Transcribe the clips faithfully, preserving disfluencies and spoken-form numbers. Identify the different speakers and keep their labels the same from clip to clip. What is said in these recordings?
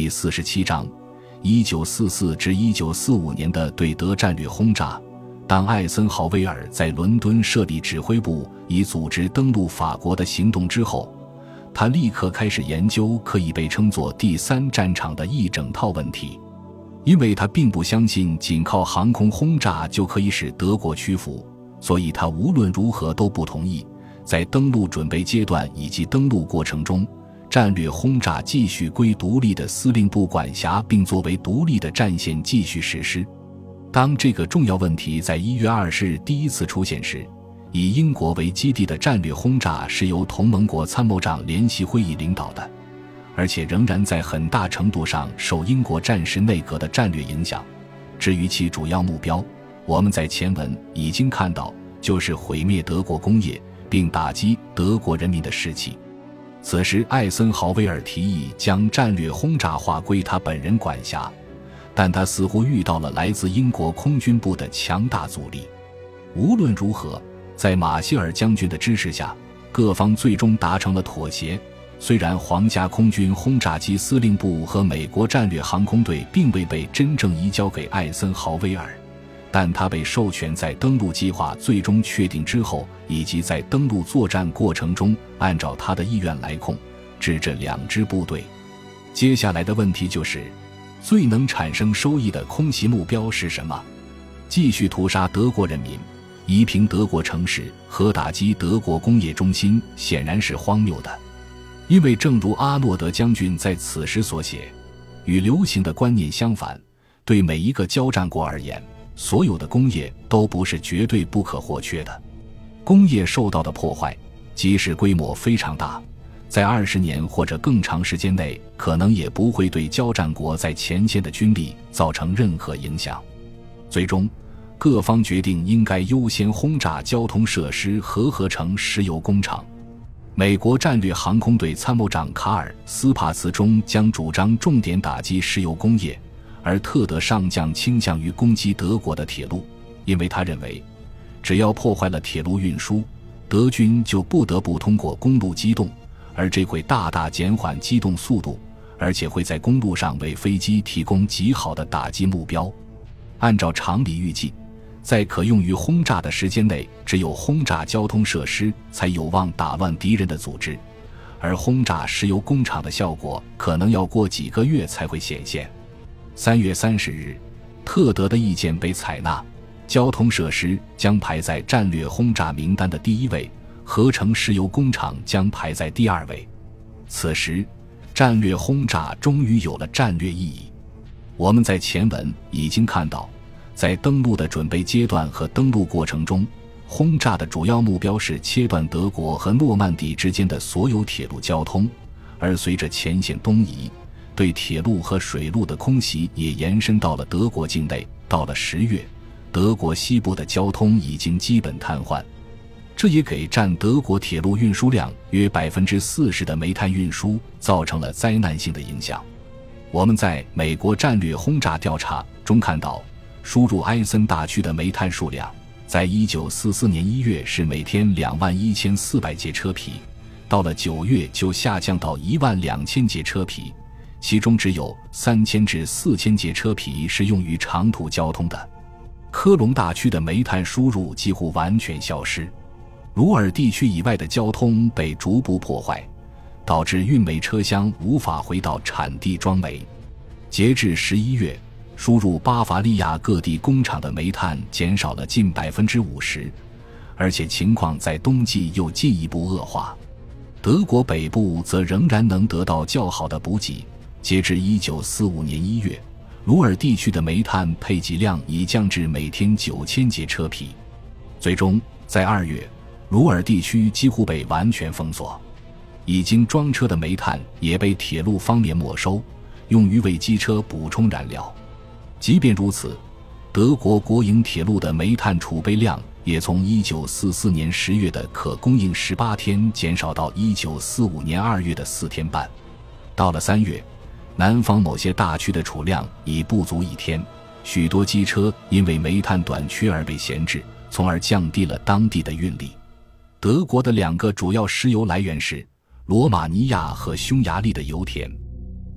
Speaker 1: 第四十七章一九四四至一九四五年的对德战略轰炸。当艾森豪威尔在伦敦设立指挥部以组织登陆法国的行动之后，他立刻开始研究可以被称作第三战场的一整套问题。因为他并不相信仅靠航空轰炸就可以使德国屈服，所以他无论如何都不同意在登陆准备阶段以及登陆过程中，战略轰炸继续归独立的司令部管辖，并作为独立的战线继续实施。当这个重要问题在一月二十日第一次出现时，以英国为基地的战略轰炸是由同盟国参谋长联席会议领导的，而且仍然在很大程度上受英国战时内阁的战略影响。至于其主要目标，我们在前文已经看到，就是毁灭德国工业，并打击德国人民的士气。此时艾森豪威尔提议将战略轰炸划归他本人管辖，但他似乎遇到了来自英国空军部的强大阻力。无论如何，在马歇尔将军的支持下，各方最终达成了妥协。虽然皇家空军轰炸机司令部和美国战略航空队并未被真正移交给艾森豪威尔，但他被授权在登陆计划最终确定之后，以及在登陆作战过程中按照他的意愿来控制这两支部队。接下来的问题就是，最能产生收益的空袭目标是什么？继续屠杀德国人民，夷平德国城市和打击德国工业中心显然是荒谬的。因为正如阿诺德将军在此时所写，与流行的观念相反，对每一个交战国而言，所有的工业都不是绝对不可或缺的。工业受到的破坏，即使规模非常大，在二十年或者更长时间内可能也不会对交战国在前线的军力造成任何影响。最终各方决定应该优先轰炸交通设施和合成石油工厂。美国战略航空队参谋长卡尔斯帕茨中将主张重点打击石油工业，而特德上将倾向于攻击德国的铁路，因为他认为只要破坏了铁路运输，德军就不得不通过公路机动，而这会大大减缓机动速度，而且会在公路上为飞机提供极好的打击目标。按照常理预计，在可用于轰炸的时间内，只有轰炸交通设施才有望打乱敌人的组织，而轰炸石油工厂的效果可能要过几个月才会显现。三月三十日，特德的意见被采纳，交通设施将排在战略轰炸名单的第一位，合成石油工厂将排在第二位。此时战略轰炸终于有了战略意义。我们在前文已经看到，在登陆的准备阶段和登陆过程中，轰炸的主要目标是切断德国和诺曼底之间的所有铁路交通，而随着前线东移，对铁路和水路的空袭也延伸到了德国境内。到了十月，德国西部的交通已经基本瘫痪，这也给占德国铁路运输量约 百分之四十 的煤炭运输造成了灾难性的影响。我们在美国战略轰炸调查中看到，输入埃森大区的煤炭数量在一九四四年一月是每天两万一千四百节车皮，到了九月就下降到一万两千节车皮，其中只有三千至四千节车皮是用于长途交通的。科隆大区的煤炭输入几乎完全消失，鲁尔地区以外的交通被逐步破坏，导致运煤车厢无法回到产地装煤。截至十一月，输入巴伐利亚各地工厂的煤炭减少了近 百分之五十， 而且情况在冬季又进一步恶化。德国北部则仍然能得到较好的补给，截至一九四五年一月，鲁尔地区的煤炭配给量已降至每天九千节车皮。最终在二月，鲁尔地区几乎被完全封锁，已经装车的煤炭也被铁路方面没收，用于为机车补充燃料。即便如此，德国国营铁路的煤炭储备量也从一九四四年十月的可供应十八天减少到一九四五年二月的四天半。到了三月，南方某些大区的储量已不足一天，许多机车因为煤炭短缺而被闲置，从而降低了当地的运力。德国的两个主要石油来源是罗马尼亚和匈牙利的油田。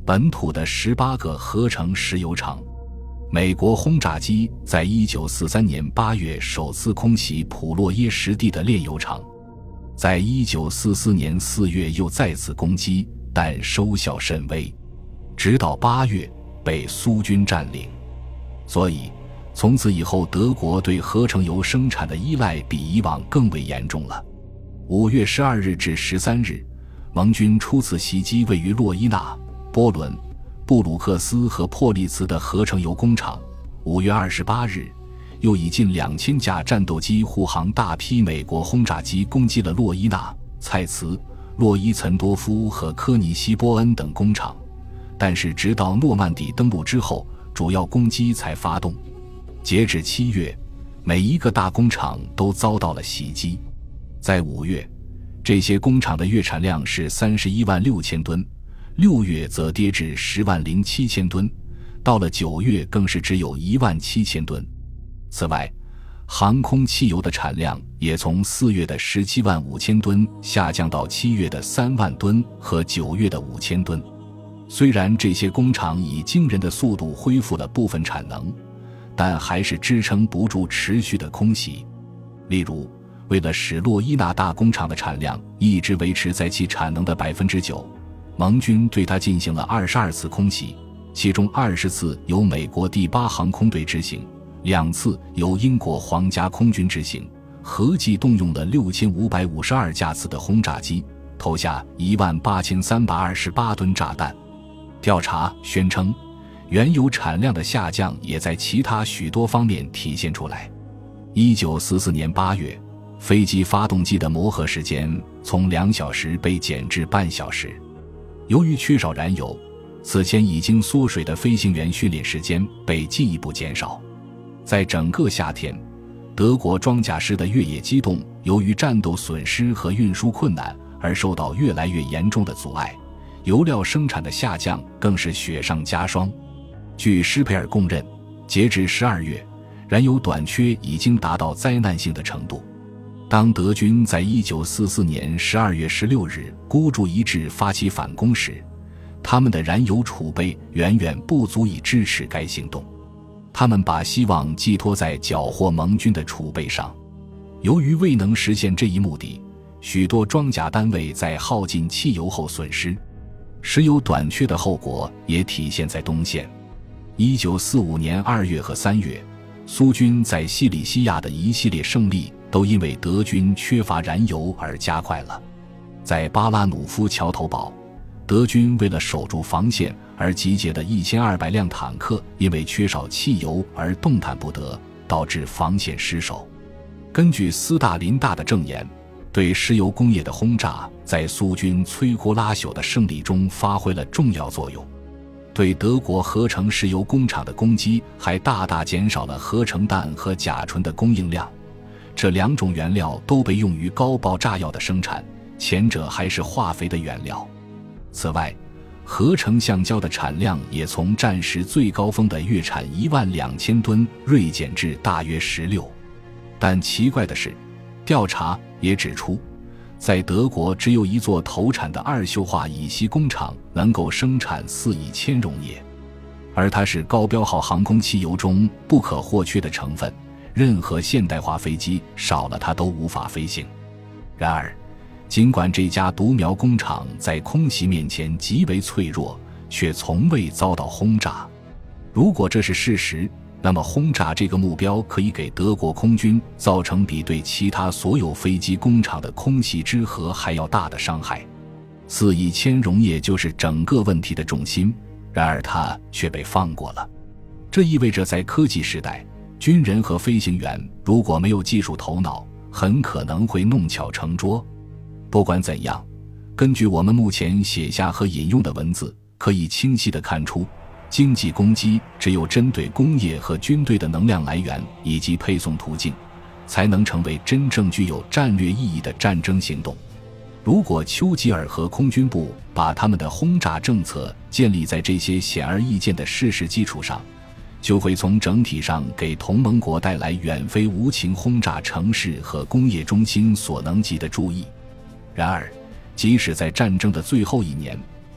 Speaker 1: 本土的十八个合成石油厂。美国轰炸机在一九四三年八月首次空袭普洛耶什地的炼油厂，在一九四四年四月又再次攻击，但收效甚微，直到八月被苏军占领。所以从此以后，德国对合成油生产的依赖比以往更为严重了。五月十二日至十三日，盟军初次袭击位于洛伊纳、波伦、布鲁克斯和珀利茨的合成油工厂。五月二十八日，又以近两千架战斗机护航大批美国轰炸机攻击了洛伊纳、蔡茨、洛伊岑多夫和科尼希波恩等工厂。但是直到诺曼底登陆之后，主要攻击才发动。截至七月，每一个大工厂都遭到了袭击。在五月，这些工厂的月产量是三十一万六千吨，六月则跌至十万零七千吨，到了九月更是只有一万七千吨。此外，航空汽油的产量也从四月的十七万五千吨下降到七月的三万吨和九月的五千吨。虽然这些工厂以惊人的速度恢复了部分产能，但还是支撑不住持续的空袭。例如，为了使洛伊纳大工厂的产量一直维持在其产能的 百分之九， 盟军对它进行了二十二次空袭，其中二十次由美国第八航空队执行，两次由英国皇家空军执行，合计动用了六千五百五十二架次的轰炸机，投下一万八千三百二十八吨炸弹。调查宣称，原油产量的下降也在其他许多方面体现出来。一九四四年八月，飞机发动机的磨合时间从两小时被减至半小时。由于缺少燃油，此前已经缩水的飞行员训练时间被进一步减少。在整个夏天，德国装甲师的越野机动由于战斗损失和运输困难而受到越来越严重的阻碍，油料生产的下降更是雪上加霜。据施佩尔供认，截至十二月，燃油短缺已经达到灾难性的程度。当德军在一九四四年十二月十六日孤注一掷发起反攻时，他们的燃油储备远远不足以支持该行动。他们把希望寄托在缴获盟军的储备上。由于未能实现这一目的，许多装甲单位在耗尽汽油后损失。石油短缺的后果也体现在东线。一九四五年二月和三月，苏军在西里西亚的一系列胜利都因为德军缺乏燃油而加快了。在巴拉努夫桥头堡，德军为了守住防线而集结的一千二百辆坦克因为缺少汽油而动弹不得，导致防线失守。根据斯大林大的证言，对石油工业的轰炸在苏军摧枯拉朽的胜利中发挥了重要作用。对德国合成石油工厂的攻击还大大减少了合成氮和甲醇的供应量，这两种原料都被用于高爆炸药的生产，前者还是化肥的原料。此外，合成橡胶的产量也从战时最高峰的月产一万两千吨锐减至大约十六。但奇怪的是，调查也指出，在德国只有一座投产的二溴化乙烯工厂能够生产四亿铅溶液，而它是高标号航空汽油中不可或缺的成分，任何现代化飞机少了它都无法飞行。然而，尽管这家独苗工厂在空袭面前极为脆弱，却从未遭到轰炸。如果这是事实，那么轰炸这个目标可以给德国空军造成比对其他所有飞机工厂的空袭之和还要大的伤害。四亿铅溶液就是整个问题的重心，然而它却被放过了。这意味着在科技时代，军人和飞行员如果没有技术头脑，很可能会弄巧成拙。不管怎样，根据我们目前写下和引用的文字，可以清晰地看出，经济攻击只有针对工业和军队的能量来源以及配送途径，才能成为真正具有战略意义的战争行动。如果丘吉尔和空军部把他们的轰炸政策建立在这些显而易见的事实基础上，就会从整体上给同盟国带来远非无情轰炸城市和工业中心所能及的注意。然而，即使在战争的最后一年，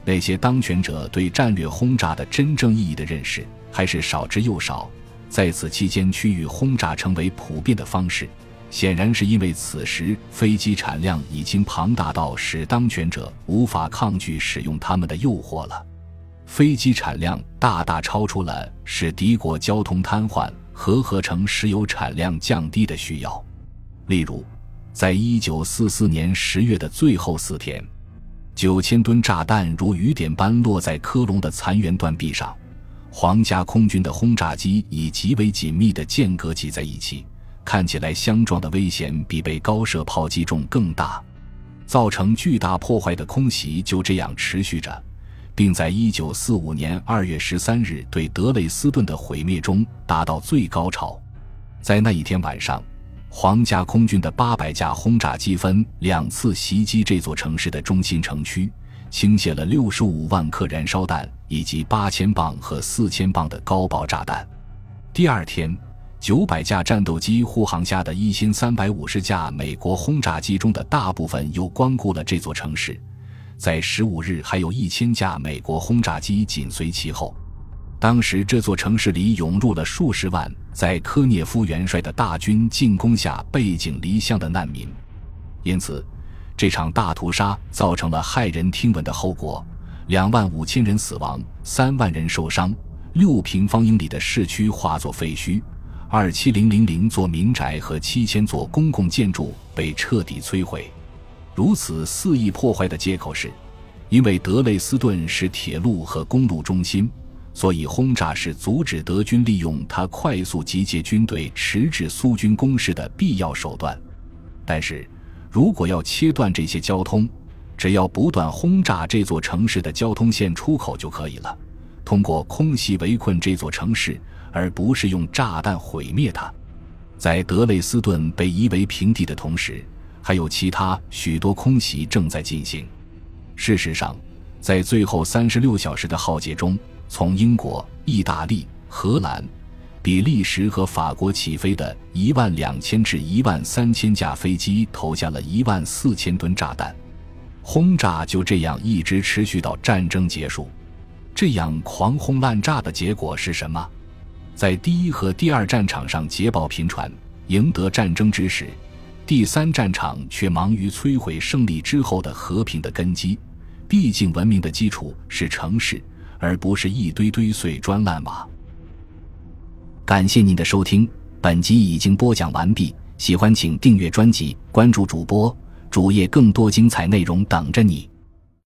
Speaker 1: 那些当权者对战略轰炸的真正意义的认识还是少之又少。在此期间，区域轰炸成为普遍的方式，显然是因为此时飞机产量已经庞大到使当权者无法抗拒使用它们的诱惑了。飞机产量大大超出了使敌国交通瘫痪和合成石油产量降低的需要。例如，在一九四四年十月的最后四天，九千吨炸弹如雨点般落在科隆的残垣断壁上。皇家空军的轰炸机以极为紧密的间隔挤在一起，看起来相撞的危险比被高射炮击中更大。造成巨大破坏的空袭就这样持续着，并在一九四五年二月十三日对德累斯顿的毁灭中达到最高潮。在那一天晚上，皇家空军的八百架轰炸机分两次袭击这座城市的中心城区，倾泻了六十五万克燃烧弹以及八千磅和四千磅的高爆炸弹。第二天，九百架战斗机护航下的一千三百五十架美国轰炸机中的大部分又光顾了这座城市。在十五日，还有一千架美国轰炸机紧随其后。当时这座城市里涌入了数十万在科涅夫元帅的大军进攻下背井离乡的难民。因此这场大屠杀造成了骇人听闻的后果，两万五千人死亡，三万人受伤，六平方英里的市区化作废墟，二七零零零座民宅和七千座公共建筑被彻底摧毁。如此肆意破坏的借口是，因为德累斯顿是铁路和公路中心，所以轰炸是阻止德军利用它快速集结军队迟滞苏军攻势的必要手段。但是如果要切断这些交通，只要不断轰炸这座城市的交通线出口就可以了，通过空袭围困这座城市，而不是用炸弹毁灭它。在德累斯顿被夷为平地的同时，还有其他许多空袭正在进行。事实上，在最后三十六小时的浩劫中，从英国、意大利、荷兰、比利时和法国起飞的一万两千至一万三千架飞机投下了一万四千吨炸弹。轰炸就这样一直持续到战争结束。这样狂轰滥炸的结果是什么？在第一和第二战场上捷报频传，赢得战争之时，第三战场却忙于摧毁胜利之后的和平的根基。毕竟文明的基础是城市，而不是一堆堆碎砖烂瓦。感谢您的收听，本集已经播讲完毕，喜欢请订阅专辑，关注主播，主页更多精彩内容等着你。